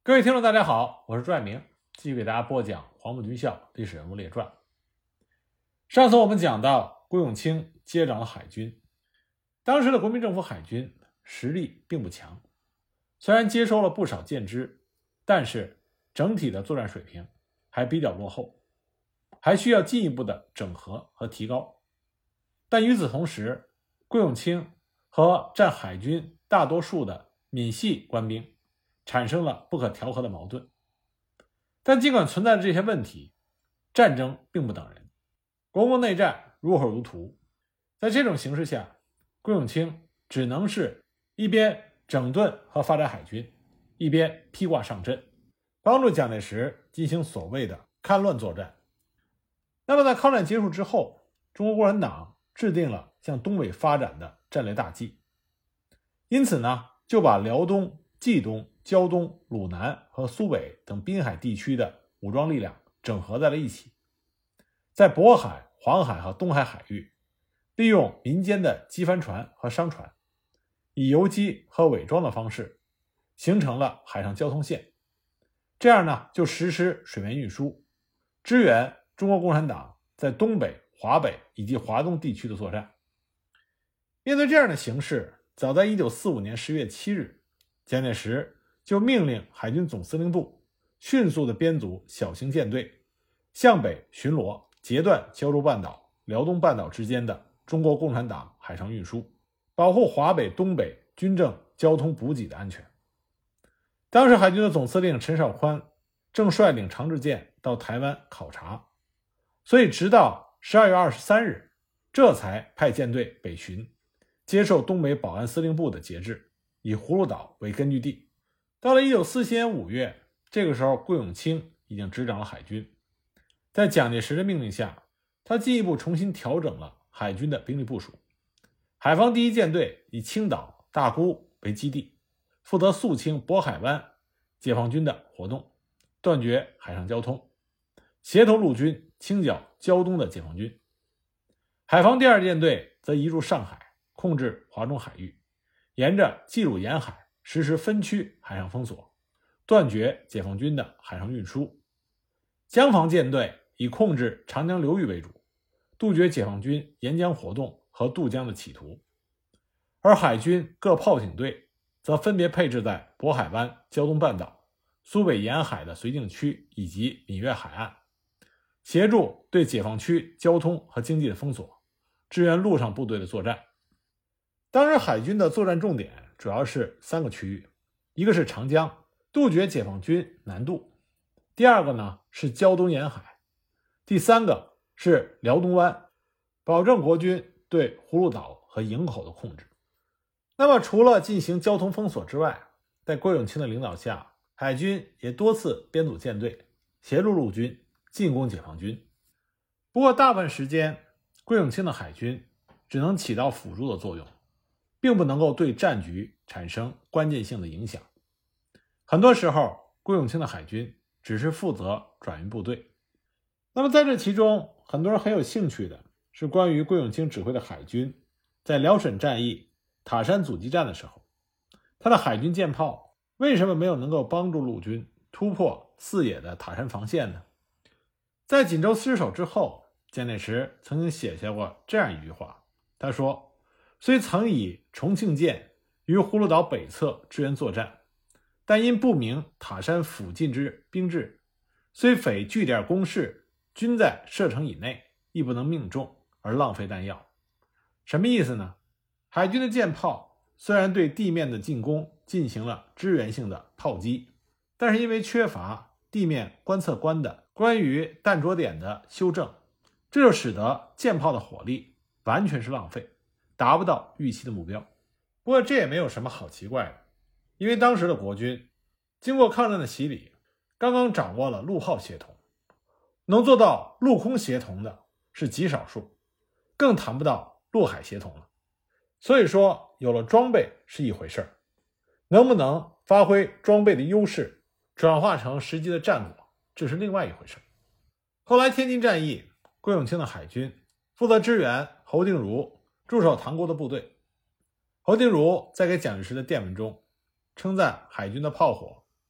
各位听众大家好，我是朱爱明，继续给大家播讲黄埔军校历史人物列传。上次我们讲到郭永清接掌了海军，当时的国民政府海军实力并不强，虽然接收了不少舰只，但是整体的作战水平还比较落后，还需要进一步的整合和提高。但与此同时，郭永清和占海军大多数的闽系官兵产生了不可调和的矛盾。但尽管存在着这些问题，战争并不等人，国共内战如火如荼。在这种形势下，郭永清只能是一边整顿和发展海军，一边披挂上阵，帮助蒋介石进行所谓的戡乱作战。那么在抗战结束之后，中国共产党制定了向东北发展的战略大计，因此呢，就把辽东、冀东、胶东、鲁南和苏北等滨海地区的武装力量整合在了一起，在渤海、黄海和东海海域，利用民间的机帆船和商船，以游击和伪装的方式，形成了海上交通线。这样呢，就实施水面运输，支援中国共产党在东北、华北以及华东地区的作战。面对这样的形势，早在1945年10月7日，蒋介石就命令海军总司令部迅速地编组小型舰队，向北巡逻，截断胶州半岛、辽东半岛之间的中国共产党海上运输，保护华北、东北军政、交通补给的安全。当时海军的总司令陈绍宽正率领长治舰到台湾考察，所以直到12月23日，这才派舰队北巡，接受东北保安司令部的节制，以葫芦岛为根据地。到了1947年5月，这个时候郭永清已经执掌了海军。在蒋介石的命令下，他进一步重新调整了海军的兵力部署。海防第一舰队以青岛、大沽为基地，负责肃清渤海湾解放军的活动，断绝海上交通，协同陆军清剿胶东的解放军。海防第二舰队则移入上海，控制华中海域，沿着冀鲁沿海实施分区海上封锁，断绝解放军的海上运输。江防舰队以控制长江流域为主，杜绝解放军沿江活动和渡江的企图。而海军各炮艇队则分别配置在渤海湾、胶东半岛、苏北沿海的绥靖区以及闽粤海岸，协助对解放区交通和经济的封锁，支援陆上部队的作战。当时海军的作战重点主要是3个区域，一个是长江，杜绝解放军南渡；第二个呢是胶东沿海；第三个是辽东湾，保证国军对葫芦岛和营口的控制。那么除了进行交通封锁之外，在郭永清的领导下，海军也多次编组舰队，协助陆军进攻解放军。不过大部分时间，郭永清的海军只能起到辅助的作用，并不能够对战局产生关键性的影响。很多时候，郭永清的海军只是负责转运部队。那么在这其中，很多人很有兴趣的是关于郭永清指挥的海军在辽沈战役、塔山阻击战的时候，他的海军舰炮为什么没有能够帮助陆军突破四野的塔山防线呢？在锦州失守之后，蒋介石曾经写下过这样一句话，他说：虽曾以重庆舰于葫芦岛北侧支援作战，但因不明塔山附近之兵制，虽匪据点攻势均在射程以内，亦不能命中，而浪费弹药。什么意思呢？海军的舰炮虽然对地面的进攻进行了支援性的炮击，但是因为缺乏地面观测官的关于弹着点的修正，这就使得舰炮的火力完全是浪费，达不到预期的目标。不过这也没有什么好奇怪的，因为当时的国军经过抗战的洗礼，刚刚掌握了陆炮协同，能做到陆空协同的是极少数，更谈不到陆海协同了。所以说有了装备是一回事，能不能发挥装备的优势，转化成实际的战果，这是另外一回事。后来天津战役，郭永清的海军负责支援侯定茹驻守塘沽的部队。侯定茹在给蒋介石的电文中称赞海军的炮火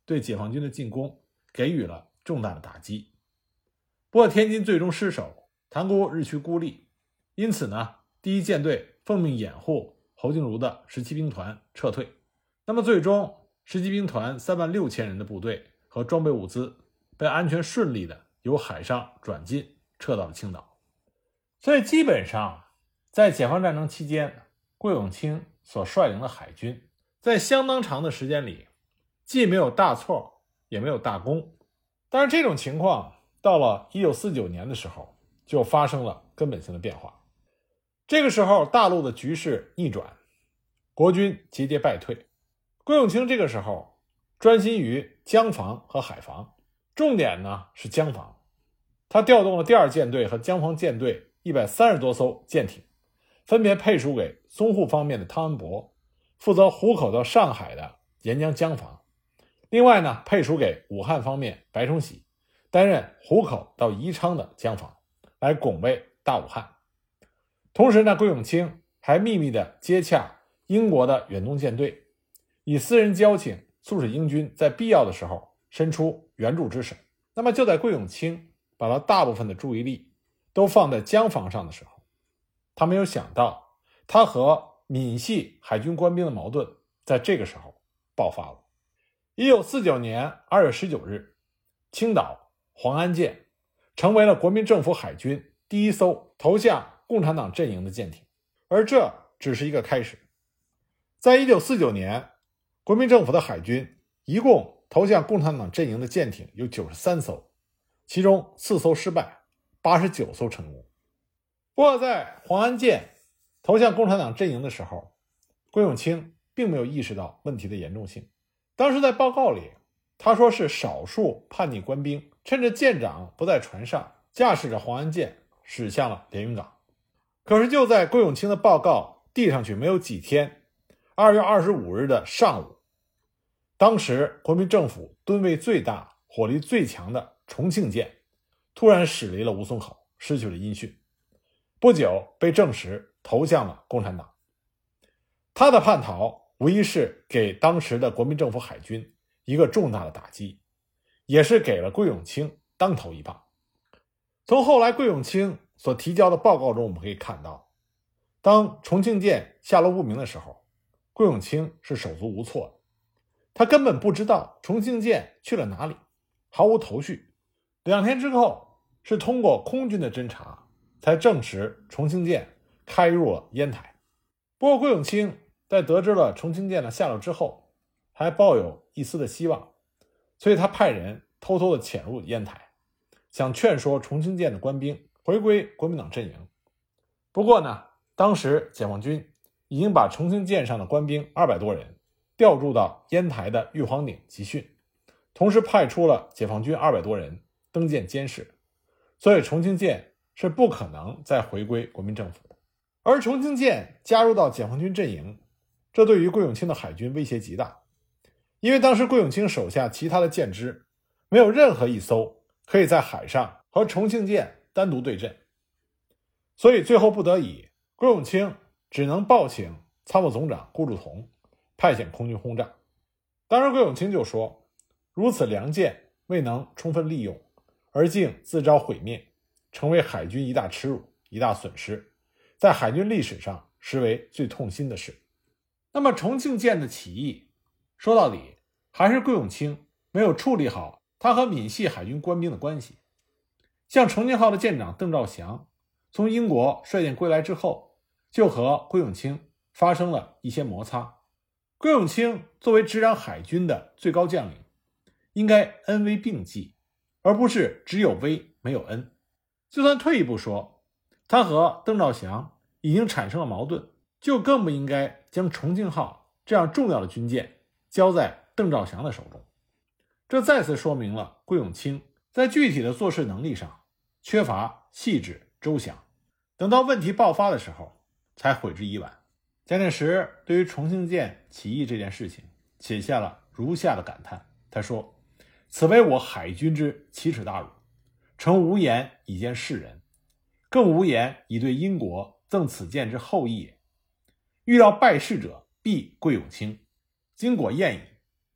对解放军的进攻给予了重大的打击。不过天津最终失守，塘沽日趋孤立，因此呢，第一舰队奉命掩护侯静茹的17兵团撤退。那么最终17兵团36000人的部队和装备物资被安全顺利的由海上转进撤到了青岛。所以基本上在解放战争期间，桂永清所率领的海军在相当长的时间里既没有大错也没有大功。但是这种情况到了1949年的时候就发生了根本性的变化。这个时候大陆的局势逆转，国军节节败退。桂永清这个时候专心于江防和海防，重点呢是江防。他调动了第2舰队和江防舰队130多艘舰艇，分别配属给淞沪方面的汤恩伯，负责湖口到上海的沿江江防。另外呢，配属给武汉方面白崇禧，担任湖口到宜昌的江防，来拱卫大武汉。同时呢，桂永清还秘密地接洽英国的远东舰队，以私人交情促使英军在必要的时候伸出援助之手。那么就在桂永清把他大部分的注意力都放在江防上的时候，他没有想到他和闽系海军官兵的矛盾在这个时候爆发了。1949年2月19日，青岛黄安舰成为了国民政府海军第一艘投向共产党阵营的舰艇，而这只是一个开始。在1949年，国民政府的海军一共投向共产党阵营的舰艇有93艘，其中4艘失败，89艘成功。不过在黄安舰投向共产党阵营的时候，桂永清并没有意识到问题的严重性。当时在报告里，他说是少数叛逆官兵趁着舰长不在船上，驾驶着黄安舰驶向了连云港。可是就在桂永清的报告递上去没有几天，2月25日的上午，当时国民政府吨位最大、火力最强的重庆舰突然驶离了吴淞口，失去了音讯，不久被证实投向了共产党。他的叛逃无疑是给当时的国民政府海军一个重大的打击，也是给了桂永清当头一棒。从后来桂永清所提交的报告中我们可以看到，当重庆舰下落不明的时候，桂永清是手足无措的。他根本不知道重庆舰去了哪里，毫无头绪。2天之后，是通过空军的侦察才证实重庆舰开入了烟台。不过桂永清在得知了重庆舰的下落之后，还抱有一丝的希望，所以他派人偷偷的潜入烟台，想劝说重庆舰的官兵回归国民党阵营。不过呢，当时解放军已经把重庆舰上的官兵200多人调驻到烟台的玉皇顶集训，同时派出了解放军200多人登舰监视，所以重庆舰是不可能再回归国民政府的。而重庆舰加入到解放军阵营，这对于桂永清的海军威胁极大，因为当时桂永清手下其他的舰只没有任何一艘可以在海上和重庆舰单独对阵，所以最后不得已，桂永清只能报请参谋总长顾祝同派遣空军轰炸。当时桂永清就说，如此良舰未能充分利用，而竟自招毁灭，成为海军一大耻辱，一大损失，在海军历史上实为最痛心的事。那么重庆舰的起义，说到底还是桂永清没有处理好他和闽系海军官兵的关系。像重庆号的舰长邓兆祥从英国率舰归来之后，就和桂永清发生了一些摩擦。桂永清作为执掌海军的最高将领，应该恩威并济，而不是只有威没有恩。就算退一步说，他和邓兆祥已经产生了矛盾，就更不应该将重庆号这样重要的军舰交在邓兆祥的手中。这再次说明了桂永清在具体的做事能力上缺乏细致周详，等到问题爆发的时候才悔之已晚。蒋介石对于重庆舰起义这件事情写下了如下的感叹，他说，此为我海军之奇耻大辱，诚无言以见世人，更无言以对英国赠此舰之厚意也。欲要败事者必桂永清，经果验矣。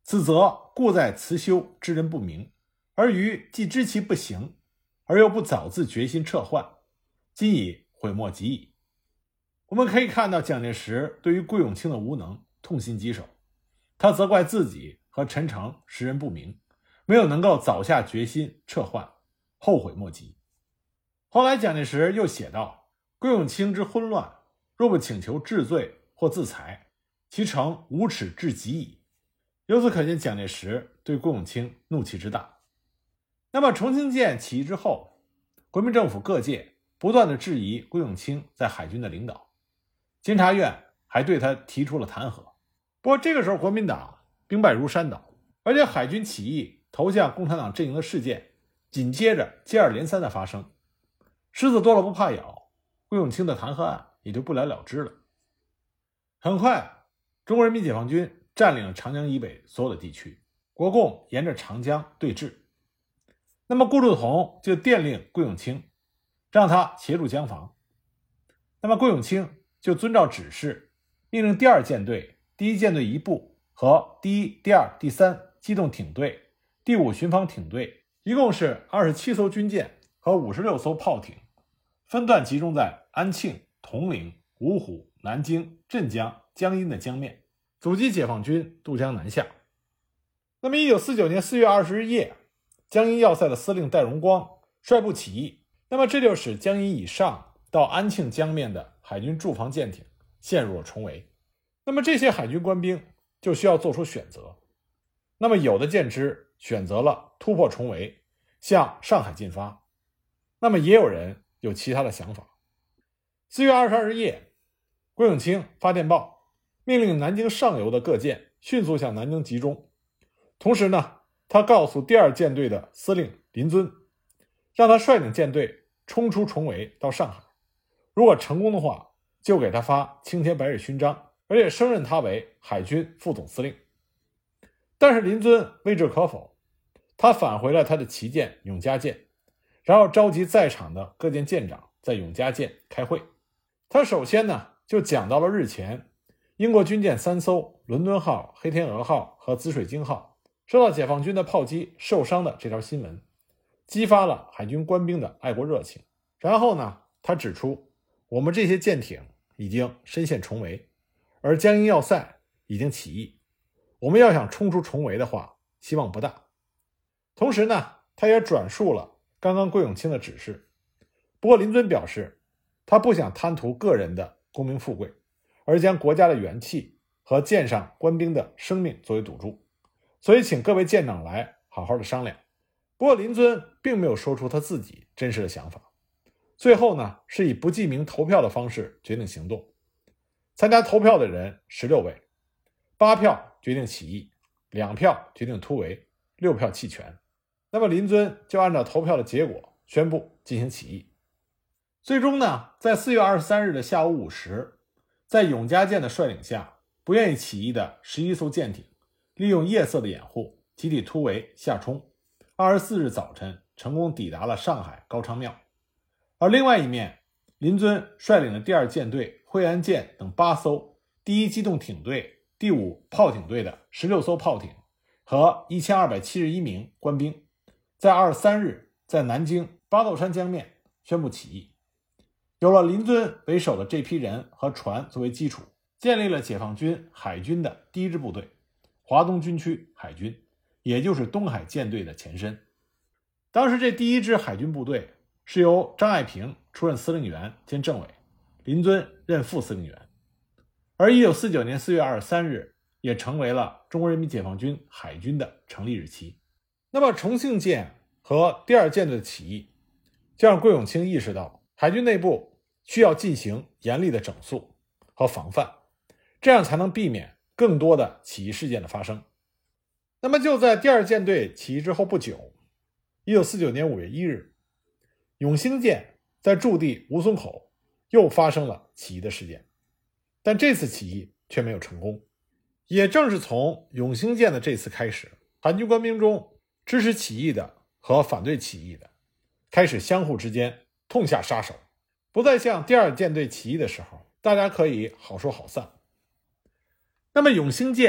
此则故在辞修知人不明，而余既知其不行，而又不早自决心撤换，今已悔莫及矣。我们可以看到蒋介石对于桂永清的无能痛心疾首，他责怪自己和陈诚识人不明，没有能够早下决心撤换，后悔莫及。后来蒋介石又写道：桂永清之昏乱，若不请求治罪或自裁，其诚无耻至极矣。由此可见蒋介石对桂永清怒气之大。那么重庆舰起义之后，国民政府各界不断地质疑桂永清在海军的领导，监察院还对他提出了弹劾。不过这个时候国民党兵败如山倒，而且海军起义投向共产党阵营的事件紧接着接二连三的发生，狮子多了不怕咬，桂永清的弹劾案也就不了了之了。很快中国人民解放军占领了长江以北所有的地区，国共沿着长江对峙。那么顾祝同就电令桂永清让他协助江防，那么桂永清就遵照指示，命令第二舰队、第一舰队一部和第一、第二、第三机动艇队、第五巡防艇队，一共是27艘军舰和56艘炮艇，分段集中在安庆、铜陵、芜湖、南京、镇江、江阴的江面，阻击解放军渡江南下。那么1949年4月20日夜，江阴要塞的司令戴荣光率部起义，那么这就使江阴以上到安庆江面的海军驻防舰艇陷入了重围。那么这些海军官兵就需要做出选择，那么有的舰只选择了突破重围，向上海进发，那么也有人有其他的想法。4月22日夜，桂永清发电报，命令南京上游的各舰迅速向南京集中，同时呢，他告诉第二舰队的司令林遵，让他率领舰队冲出重围到上海，如果成功的话，就给他发青天白日勋章，而且升任他为海军副总司令。但是林遵未置可否，他返回了他的旗舰永嘉舰，然后召集在场的各舰舰长在永嘉舰开会。他首先呢就讲到了日前英国军舰3艘伦敦号、黑天鹅号和紫水晶号受到解放军的炮击受伤的这条新闻，激发了海军官兵的爱国热情。然后呢，他指出我们这些舰艇已经深陷重围，而江阴要塞已经起义，我们要想冲出重围的话，希望不大。同时呢，他也转述了刚刚桂永清的指示。不过林遵表示，他不想贪图个人的功名富贵，而将国家的元气和舰上官兵的生命作为赌注，所以请各位舰长来好好的商量。不过林遵并没有说出他自己真实的想法，最后呢是以不记名投票的方式决定行动。参加投票的人16位，8票决定起义，2票决定突围，6票弃权。那么林遵就按照投票的结果宣布进行起义。最终呢，在4月23日的下午5时，在永嘉舰的率领下，不愿意起义的11艘舰艇利用夜色的掩护，集体突围下冲，24日早晨成功抵达了上海高昌庙。而另外一面，林遵率领了第二舰队、惠安舰等8艘第一机动艇队、第五炮艇队的16艘炮艇和1271名官兵，在23日在南京八斗山江面宣布起义。有了林遵为首的这批人和船作为基础，建立了解放军海军的第一支部队——华东军区海军，也就是东海舰队的前身。当时这第一支海军部队是由张爱萍出任司令员兼政委，林遵任副司令员。而1949年4月23日也成为了中国人民解放军海军的成立日期。那么重庆舰和第二舰队的起义，就让桂永清意识到海军内部需要进行严厉的整肃和防范，这样才能避免更多的起义事件的发生。那么就在第二舰队起义之后不久，1949年5月1日，永兴舰在驻地吴淞口又发生了起义的事件，但这次起义却没有成功。也正是从永兴舰的这次开始，海军官兵中支持起义的和反对起义的开始相互之间痛下杀手，不再像第二舰队起义的时候大家可以好说好散。那么永兴舰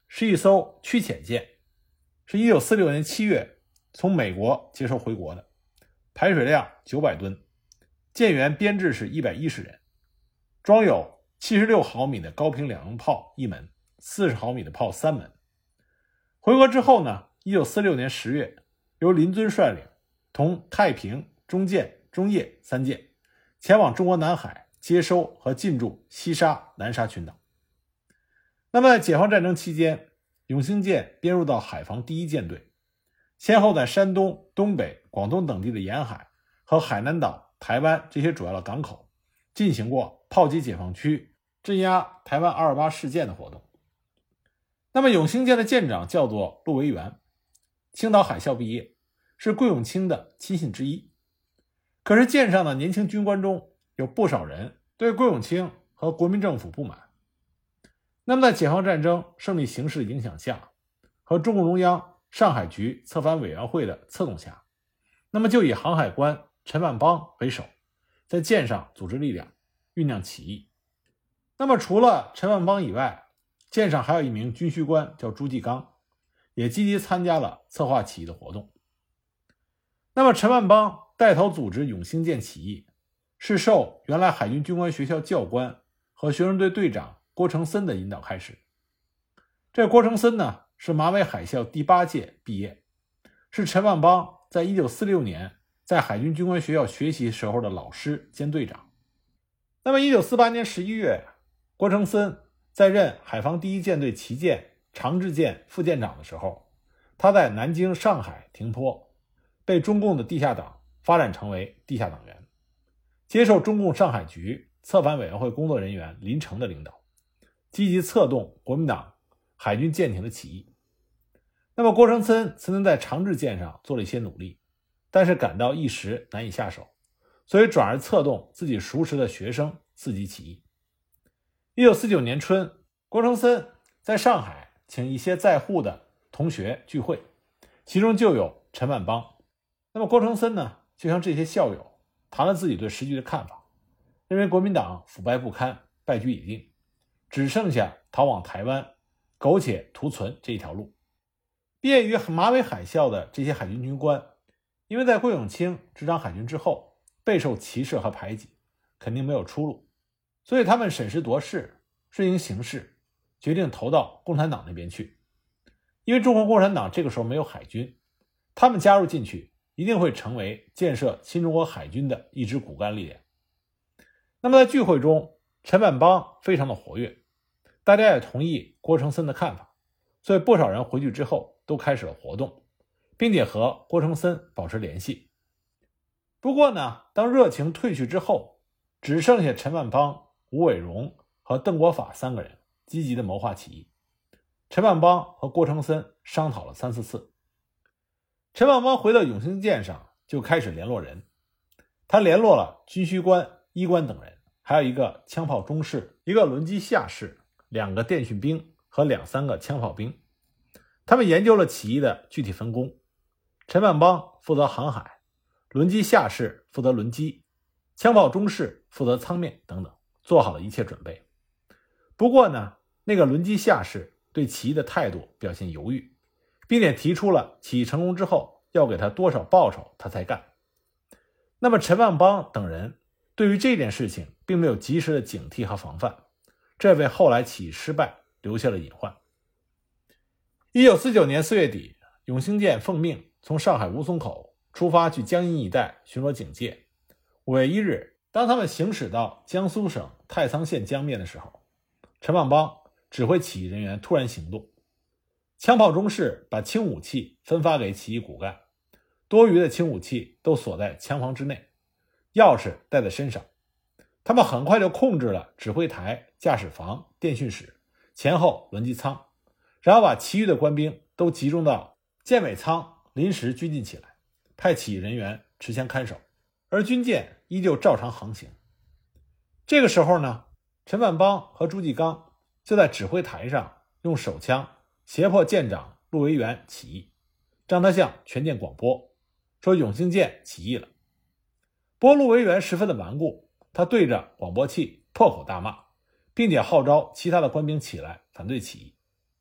是一艘驱遣舰，是1946年7月从美国接收回国的，排水量900吨，舰员编制是110人，装有76毫米的高平两用炮1门，40毫米的炮3门。回国之后呢，1946年10月，由林遵率领，同太平、中建、中叶3舰前往中国南海接收和进驻西沙、南沙群岛。那么解放战争期间，永兴舰编入到海防第1舰队，先后在山东、东北、广东等地的沿海和海南岛、台湾这些主要的港口进行过炮击解放区、镇压台湾228事件的活动。那么永兴舰的舰长叫做陆维元，青岛海校毕业，是桂永清的亲信之一。可是舰上的年轻军官中有不少人对桂永清和国民政府不满。那么在解放战争胜利形势的影响下，和中共中央上海局策反委员会的策动下，那么就以航海官陈万邦为首，在舰上组织力量，酝酿起义。那么除了陈万邦以外，舰上还有一名军需官叫朱继刚，也积极参加了策划起义的活动。那么陈万邦带头组织永兴舰起义，是受原来海军军官学校教官和学生队队长郭成森的引导开始。这郭成森呢，是马尾海校第8届毕业，是陈万邦在1946年在海军军官学校学习时候的老师兼队长。那么1948年11月，郭成森在任海防第1舰队旗舰长治舰副舰长的时候，他在南京、上海停泊，被中共的地下党发展成为地下党员，接受中共上海局策反委员会工作人员林成的领导，积极策动国民党海军舰艇的起义。那么郭成森曾经在长治舰上做了一些努力，但是感到一时难以下手，所以转而策动自己熟识的学生自己起义。1949年春，郭成森在上海请一些在沪的同学聚会，其中就有陈万邦。那么郭成森呢，就向这些校友谈了自己对时局的看法，认为国民党腐败不堪，败局已定，只剩下逃往台湾苟且图存这一条路。毕业于马尾海校的这些海军军官，因为在桂永清执掌海军之后备受歧视和排挤，肯定没有出路，所以他们审时度势，顺应形势，决定投到共产党那边去。因为中国共产党这个时候没有海军，他们加入进去一定会成为建设新中国海军的一支骨干力量。那么在聚会中，陈万邦非常的活跃，大家也同意郭成森的看法，所以不少人回去之后都开始了活动，并且和郭成森保持联系。不过呢，当热情退去之后，只剩下陈万邦、吴伟荣和邓国法3个人积极的谋划起义。陈万邦和郭成森商讨了3、4次。陈万邦回到永兴舰上就开始联络人，他联络了军需官、医官等人，还有一个枪炮中士、一个轮机下士、2个电讯兵和2、3个枪炮兵。他们研究了起义的具体分工，陈万邦负责航海，轮机下士负责轮机，枪炮中士负责舱面等等，做好了一切准备。不过呢，那个轮机下士对起义的态度表现犹豫，并且提出了起义成功之后要给他多少报酬他才干。那么陈万邦等人对于这件事情并没有及时的警惕和防范，这为后来起义失败留下了隐患。1949年4月底，永兴舰奉命从上海吴淞口出发去江阴一带巡逻警戒。5月1日，当他们行驶到江苏省太仓县江面的时候，陈万邦指挥起义人员突然行动，枪炮中士把轻武器分发给起义骨干，多余的轻武器都锁在枪房之内，钥匙带在身上。他们很快就控制了指挥台、驾驶房、电讯室、前后轮机舱，然后把其余的官兵都集中到舰尾舱临时拘禁起来，派起义人员持枪看守，而军舰依旧照常航行。这个时候呢，陈万邦和朱继刚就在指挥台上用手枪胁迫舰长陆维元起义，让他向全舰广播说永兴舰起义了。不过陆维元十分的顽固，他对着广播器破口大骂，并且号召其他的官兵起来反对起义。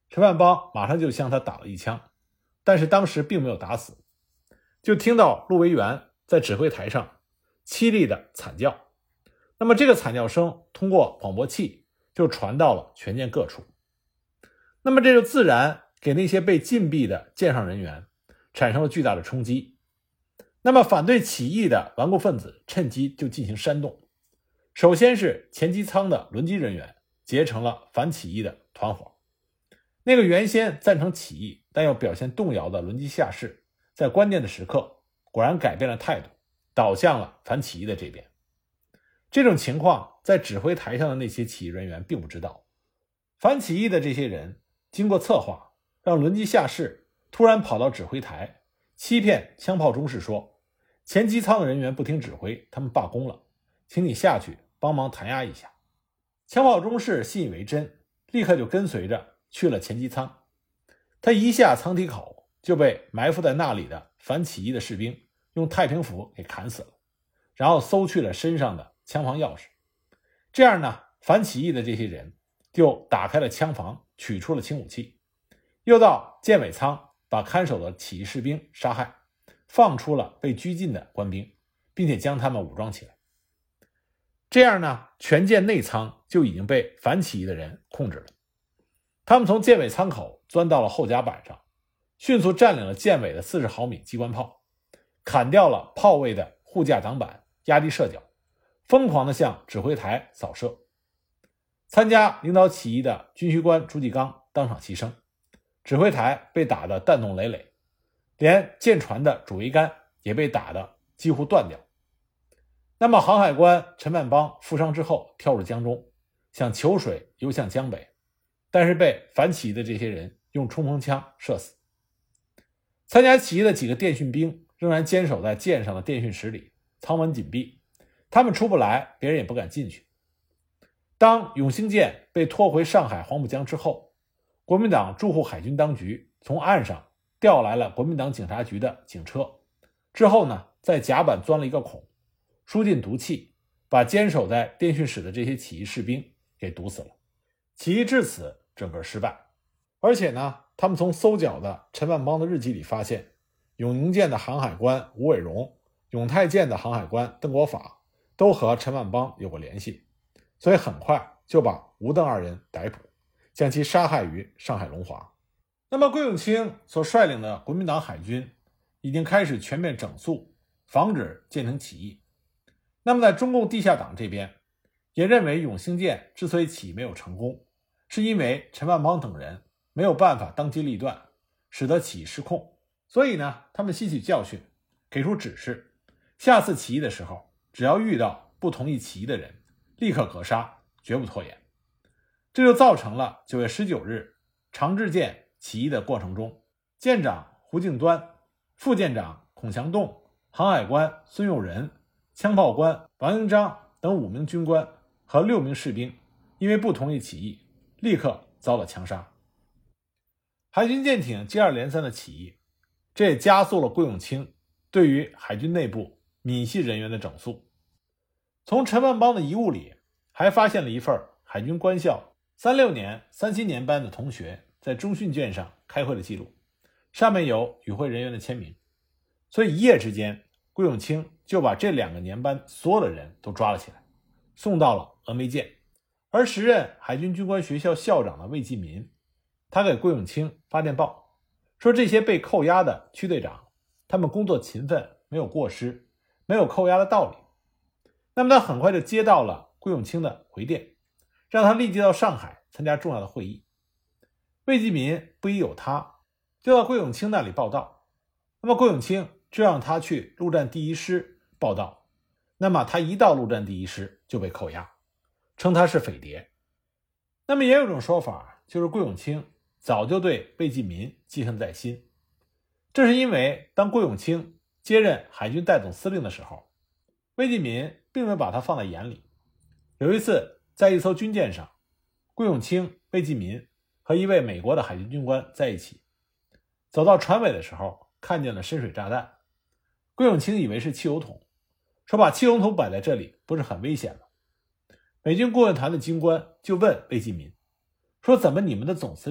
陈万邦马上就向他打了一枪，但是当时并没有打死，就听到陆维元在指挥台上凄厉的惨叫。那么这个惨叫声通过广播器就传到了全舰各处，那么这就自然给那些被禁闭的舰上人员产生了巨大的冲击。那么反对起义的顽固分子趁机就进行煽动，首先是前机舱的轮机人员结成了反起义的团伙，那个原先赞成起义但又表现动摇的轮机下士，在关键的时刻果然改变了态度，倒向了反起义的这边。这种情况在指挥台上的那些起义人员并不知道，反起义的这些人经过策划，让轮机下士突然跑到指挥台，欺骗枪炮中士说，前机舱的人员不听指挥，他们罢工了，请你下去帮忙弹压一下。枪炮中士信以为真，立刻就跟随着去了前机舱。他一下舱体口就被埋伏在那里的反起义的士兵用太平斧给砍死了，然后搜去了身上的枪房钥匙。这样呢，反起义的这些人就打开了枪房，取出了轻武器，又到舰尾舱把看守的起义士兵杀害，放出了被拘禁的官兵，并且将他们武装起来。这样呢，全舰内舱就已经被反起义的人控制了。他们从舰尾舱口钻到了后甲板上，迅速占领了舰尾的40毫米机关炮，砍掉了炮位的护架挡板，压低射角，疯狂地向指挥台扫射。参加领导起义的军需官朱继刚当场牺牲，指挥台被打得弹洞累累，连舰船的主桅杆也被打得几乎断掉。那么航海官陈万邦负伤之后跳入江中，想求水游向江北，但是被反起义的这些人用冲锋枪射死。参加起义的几个电讯兵仍然坚守在舰上的电讯室里，舱门紧闭，他们出不来，别人也不敢进去。当永兴舰被拖回上海黄浦江之后，国民党驻沪海军当局从岸上调来了国民党警察局的警车，之后呢，在甲板钻了一个孔，输进毒气，把坚守在电讯室的这些起义士兵给毒死了。起义至此整个失败。而且呢，他们从搜缴的陈万邦的日记里发现，永宁舰的航海官吴伟荣、永泰舰的航海官邓国法都和陈万邦有过联系，所以很快就把吴邓二人逮捕，将其杀害于上海龙华。那么桂永清所率领的国民党海军已经开始全面整肃，防止舰艇起义。那么在中共地下党这边也认为永兴舰之所以起义没有成功，是因为陈万邦等人没有办法当机立断，使得起义失控。所以呢，他们吸取教训，给出指示，下次起义的时候，只要遇到不同意起义的人，立刻格杀，绝不拖延。这就造成了9月19日长治舰起义的过程中，舰长胡敬端、副舰长孔祥栋、航海官孙佑仁、枪炮官王英章等5名军官和6名士兵因为不同意起义，立刻遭了枪杀。海军舰艇接二连三的起义，这也加速了桂永清对于海军内部闽系人员的整肃。从陈万邦的遗物里还发现了一份海军官校36年、37年班的同学在中训卷上开会的记录，上面有与会人员的签名。所以一夜之间，桂永清就把这2个年班所有的人都抓了起来，送到了峨眉舰。而时任海军军官学校校长的魏继民，他给桂永清发电报，说这些被扣押的区队长，他们工作勤奋，没有过失，没有扣押的道理。那么他很快就接到了桂永清的回电，让他立即到上海参加重要的会议。魏继民不疑有他，就到桂永清那里报道。那么桂永清就让他去陆战第1师报道，那么他一到陆战第1师就被扣押，称他是匪谍。那么也有一种说法，就是桂永清早就对魏继民记恨在心。这是因为当桂永清接任海军代总司令的时候，魏继民并没有把他放在眼里。有一次在一艘军舰上，桂永清、魏继民和一位美国的海军军官在一起，走到船尾的时候看见了深水炸弹。桂永清以为是汽油桶，说把汽油桶摆在这里不是很危险吗？美军顾问团的军官就问魏继民说，怎么你们的总司令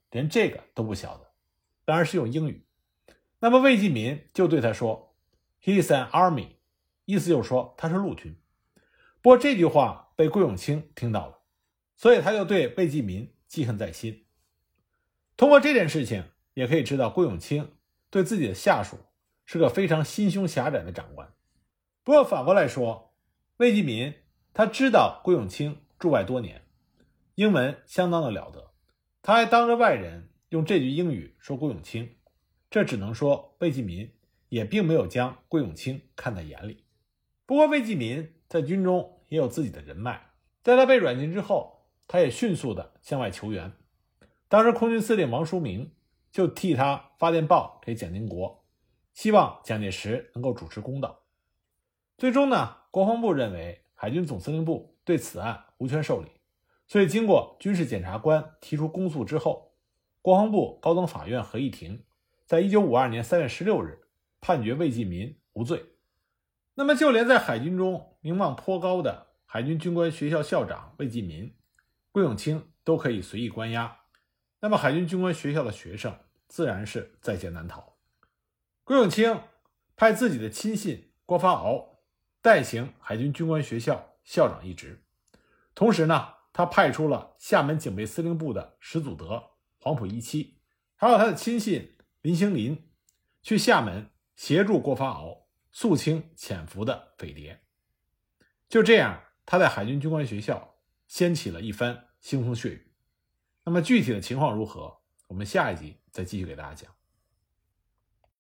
连这个都不晓得，当然是用英语。那么魏继民就对他说 He is an army， 意思就是说他是陆军。不过这句话被桂永清听到了，所以他就对魏继民记恨在心。通过这件事情也可以知道桂永清对自己的下属是个非常心胸狭窄的长官。不过反过来说，魏继民他知道桂永清驻外多年，英文相当的了得，他还当着外人用这句英语说桂永清，这只能说魏继民也并没有将桂永清看在眼里。不过魏继民在军中也有自己的人脉，在他被软禁之后，他也迅速的向外求援。当时空军司令王书明就替他发电报给蒋经国，希望蒋介石能够主持公道。最终呢，国防部认为海军总司令部对此案无权受理，所以经过军事检察官提出公诉之后，国防部高等法院合议庭在1952年3月16日判决魏继民无罪。那么就连在海军中名望颇高的海军军官学校校长魏继民、桂永清都可以随意关押，那么海军军官学校的学生自然是在劫难逃。桂永清派自己的亲信郭发敖代行海军军官学校校长一职，同时呢，他派出了厦门警备司令部的石祖德、黄埔17，还有他的亲信林兴林去厦门协助郭发敖肃清潜伏的匪谍。就这样，他在海军军官学校掀起了一番腥风血雨。那么具体的情况如何，我们下一集再继续给大家讲。